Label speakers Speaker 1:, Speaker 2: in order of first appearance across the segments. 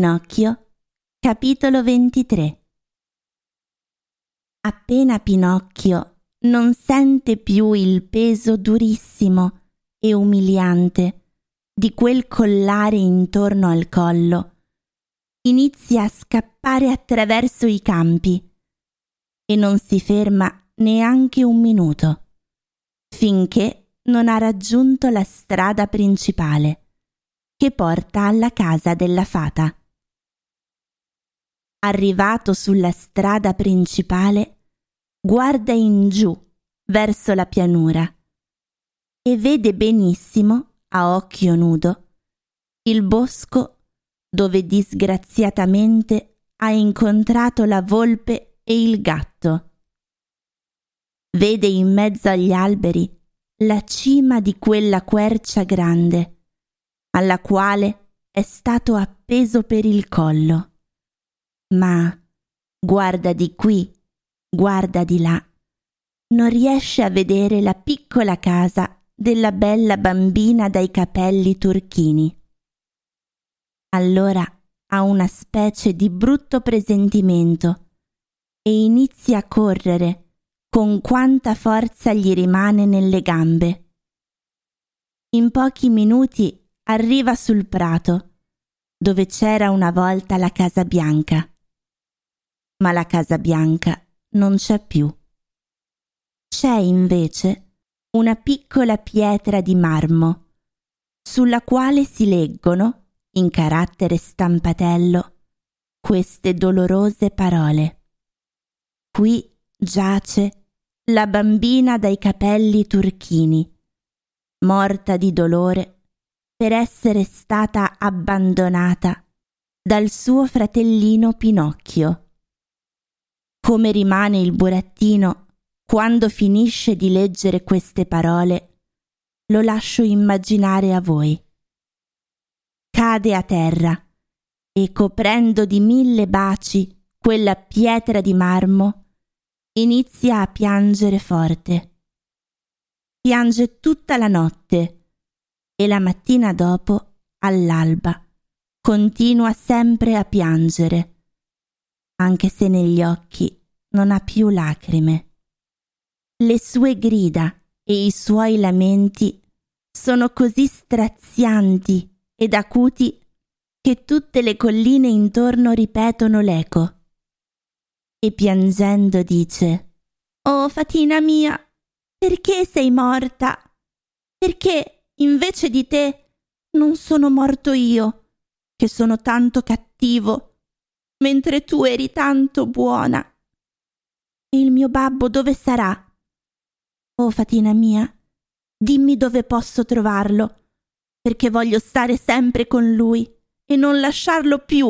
Speaker 1: Pinocchio, capitolo 23. Appena Pinocchio non sente più il peso durissimo e umiliante di quel collare intorno al collo, inizia a scappare attraverso i campi e non si ferma neanche un minuto, finché non ha raggiunto la strada principale che porta alla casa della fata. Arrivato sulla strada principale, guarda in giù verso la pianura e vede benissimo, a occhio nudo, il bosco dove disgraziatamente ha incontrato la volpe e il gatto. Vede in mezzo agli alberi la cima di quella quercia grande, alla quale è stato appeso per il collo. Ma guarda di qui, guarda di là, non riesce a vedere la piccola casa della bella bambina dai capelli turchini. Allora ha una specie di brutto presentimento e inizia a correre con quanta forza gli rimane nelle gambe. In pochi minuti arriva sul prato, dove c'era una volta la Casa Bianca. Ma la Casa Bianca non c'è più. C'è invece una piccola pietra di marmo, sulla quale si leggono, in carattere stampatello, queste dolorose parole. Qui giace la bambina dai capelli turchini, morta di dolore per essere stata abbandonata dal suo fratellino Pinocchio. Come rimane il burattino quando finisce di leggere queste parole, lo lascio immaginare a voi. Cade a terra e, coprendo di 1000 baci quella pietra di marmo, inizia a piangere forte. Piange tutta la notte e la mattina dopo, all'alba, continua sempre a piangere, anche se negli occhi non ha più lacrime. Le sue grida e i suoi lamenti sono così strazianti ed acuti che tutte le colline intorno ripetono l'eco. E piangendo dice: «Oh, fatina mia, perché sei morta? Perché invece di te non sono morto io, che sono tanto cattivo, mentre tu eri tanto buona? E il mio babbo dove sarà? Oh, fatina mia, dimmi dove posso trovarlo, perché voglio stare sempre con lui e non lasciarlo più.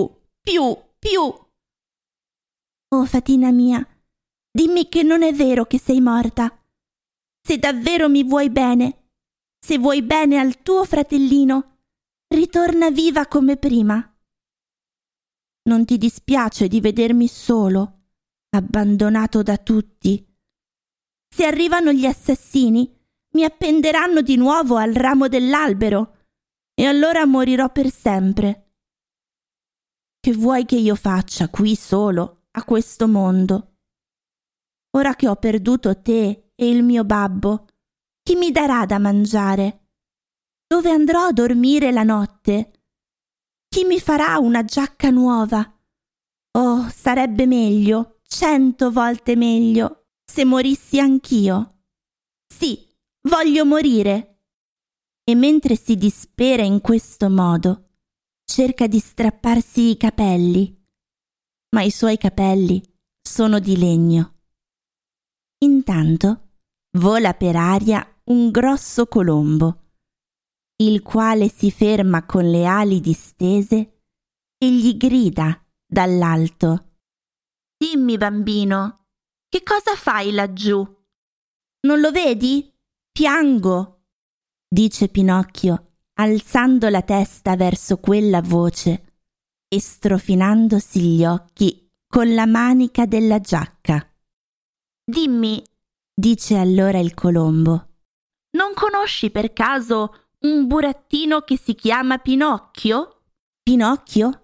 Speaker 1: Oh, fatina mia, dimmi che non è vero che sei morta. Se davvero mi vuoi bene, se vuoi bene al tuo fratellino, ritorna viva come prima. Non ti dispiace di vedermi solo, abbandonato da tutti? Se arrivano gli assassini, mi appenderanno di nuovo al ramo dell'albero e allora morirò per sempre. Che vuoi che io faccia qui solo, a questo mondo? Ora che ho perduto te e il mio babbo, chi mi darà da mangiare? Dove andrò a dormire la notte? Chi mi farà una giacca nuova? Oh, sarebbe meglio, 100 volte meglio, se morissi anch'io. Sì, voglio morire!» E mentre si dispera in questo modo, cerca di strapparsi i capelli, ma i suoi capelli sono di legno. Intanto vola per aria un grosso colombo, il quale si ferma con le ali distese e gli grida dall'alto: «Dimmi, bambino, che cosa fai laggiù? Non lo vedi? Piango!» dice Pinocchio, alzando la testa verso quella voce e strofinandosi gli occhi con la manica della giacca. «Dimmi», dice allora il colombo, «non conosci per caso un burattino che si chiama Pinocchio?» «Pinocchio?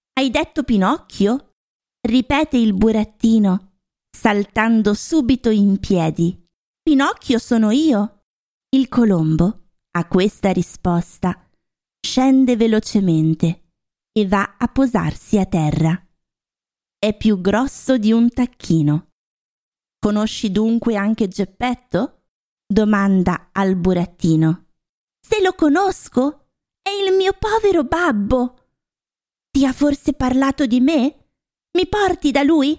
Speaker 1: Hai detto Pinocchio? Ripete il burattino, saltando subito in piedi. Pinocchio sono io. Il colombo, a questa risposta, scende velocemente e va a posarsi a terra. È più grosso di un tacchino. Conosci dunque anche Geppetto? Domanda al burattino. Se lo conosco, è il mio povero babbo. Ti ha forse parlato di me? Mi porti da lui?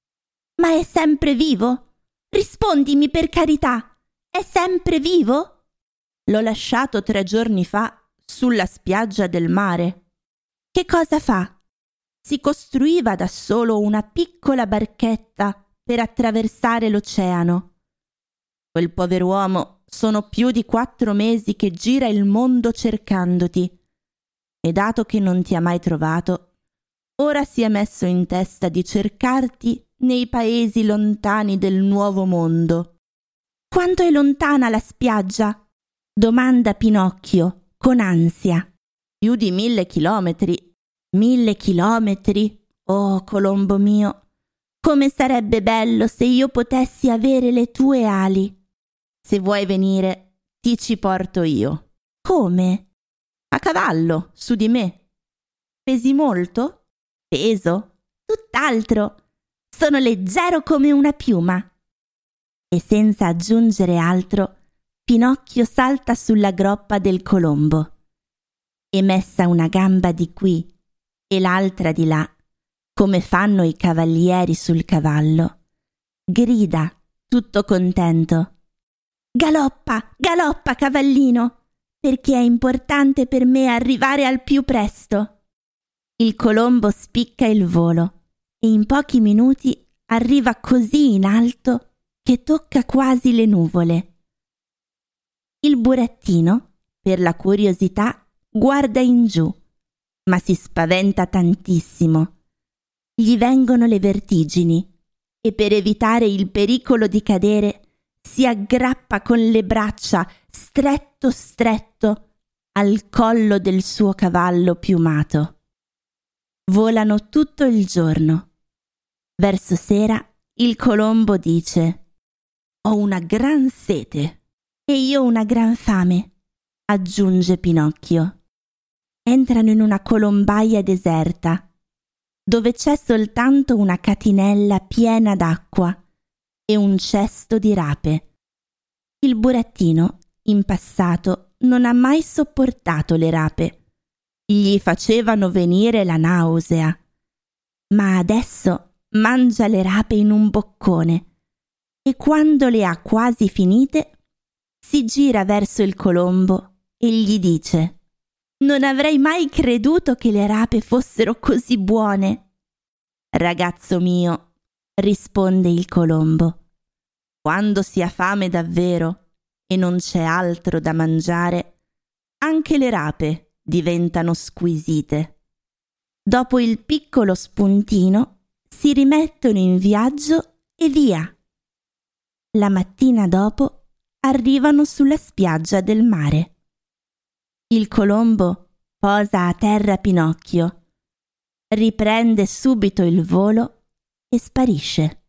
Speaker 1: Ma è sempre vivo? Rispondimi per carità, è sempre vivo? L'ho lasciato 3 giorni fa sulla spiaggia del mare. Che cosa fa? Si costruiva da solo una piccola barchetta per attraversare l'oceano. Quel pover'uomo sono più di 4 mesi che gira il mondo cercandoti, e dato che non ti ha mai trovato, ora si è messo in testa di cercarti nei paesi lontani del nuovo mondo. Quanto è lontana la spiaggia? Domanda Pinocchio con ansia. Più di 1000 chilometri. 1000 chilometri? Oh, Colombo mio, come sarebbe bello se io potessi avere le tue ali. Se vuoi venire, ti ci porto io. Come? A cavallo, su di me. Pesi molto? Peso? Tutt'altro. Sono leggero come una piuma. E senza aggiungere altro, Pinocchio salta sulla groppa del colombo e, messa una gamba di qui e l'altra di là, come fanno i cavalieri sul cavallo, grida tutto contento: Galoppa, galoppa, cavallino, perché è importante per me arrivare al più presto. Il colombo spicca il volo e in pochi minuti arriva così in alto che tocca quasi le nuvole. Il burattino, per la curiosità, guarda in giù, ma si spaventa tantissimo. Gli vengono le vertigini e, per evitare il pericolo di cadere, si aggrappa con le braccia stretto stretto al collo del suo cavallo piumato. Volano tutto il giorno. Verso sera il colombo dice: «Ho una gran sete». «E io una gran fame», aggiunge Pinocchio. Entrano in una colombaia deserta, dove c'è soltanto una catinella piena d'acqua e un cesto di rape. Il burattino, in passato, non ha mai sopportato le rape. Gli facevano venire la nausea. Ma adesso mangia le rape in un boccone e, quando le ha quasi finite, si gira verso il colombo e gli dice: «Non avrei mai creduto che le rape fossero così buone». «Ragazzo mio», risponde il colombo, «quando si ha fame davvero e non c'è altro da mangiare, anche le rape diventano squisite». Dopo il piccolo spuntino si rimettono in viaggio e via. La mattina dopo arrivano sulla spiaggia del mare. Il colombo posa a terra Pinocchio, riprende subito il volo e sparisce.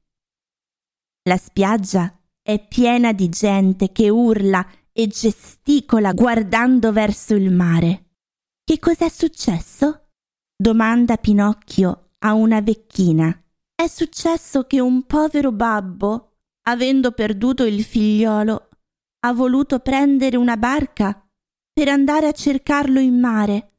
Speaker 1: La spiaggia è piena di gente che urla e gesticola guardando verso il mare. «Che cos'è successo?» domanda Pinocchio a una vecchina. «È successo che un povero babbo, avendo perduto il figliolo, ha voluto prendere una barca per andare a cercarlo in mare.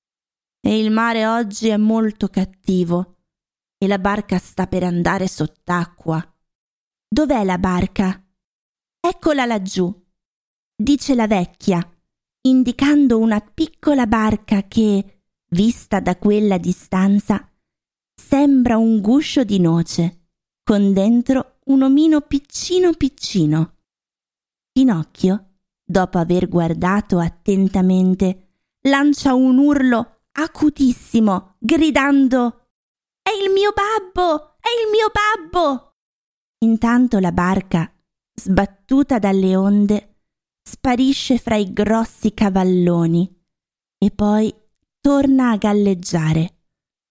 Speaker 1: E il mare oggi è molto cattivo e la barca sta per andare sott'acqua». «Dov'è la barca?» «Eccola laggiù», dice la vecchia, indicando una piccola barca che, vista da quella distanza, sembra un guscio di noce, con dentro un omino piccino piccino. Pinocchio, dopo aver guardato attentamente, lancia un urlo acutissimo, gridando: «È il mio babbo! È il mio babbo!» Intanto la barca, sbattuta dalle onde, sparisce fra i grossi cavalloni e poi torna a galleggiare.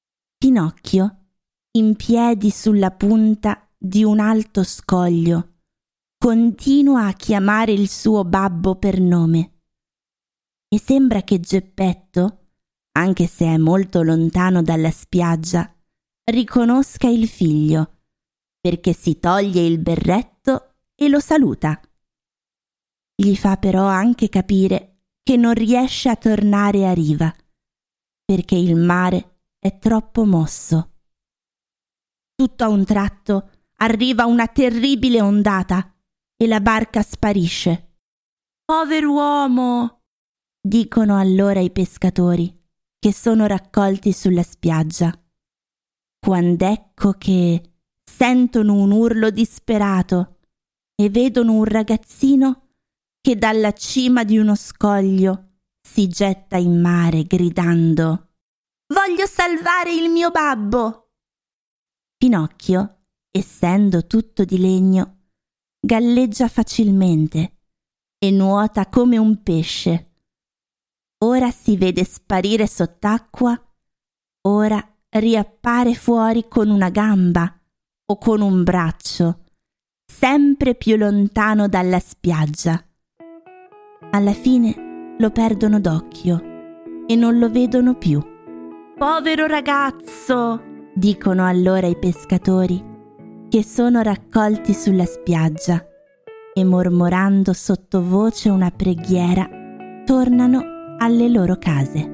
Speaker 1: Pinocchio, in piedi sulla punta di un alto scoglio, continua a chiamare il suo babbo per nome. E sembra che Geppetto, anche se è molto lontano dalla spiaggia, riconosca il figlio, perché si toglie il berretto e lo saluta. Gli fa però anche capire che non riesce a tornare a riva, perché il mare è troppo mosso. Tutto a un tratto arriva una terribile ondata e la barca sparisce. «Pover'uomo!» dicono allora i pescatori, che sono raccolti sulla spiaggia. Quand'ecco che sentono un urlo disperato e vedono un ragazzino che dalla cima di uno scoglio si getta in mare gridando: «Voglio salvare il mio babbo!» Pinocchio, essendo tutto di legno, galleggia facilmente e nuota come un pesce. Ora si vede sparire sott'acqua, ora riappare fuori con una gamba o con un braccio, sempre più lontano dalla spiaggia. Alla fine lo perdono d'occhio e non lo vedono più. «Povero ragazzo!» dicono allora i pescatori, che sono raccolti sulla spiaggia e mormorando sottovoce una preghiera tornano alle loro case.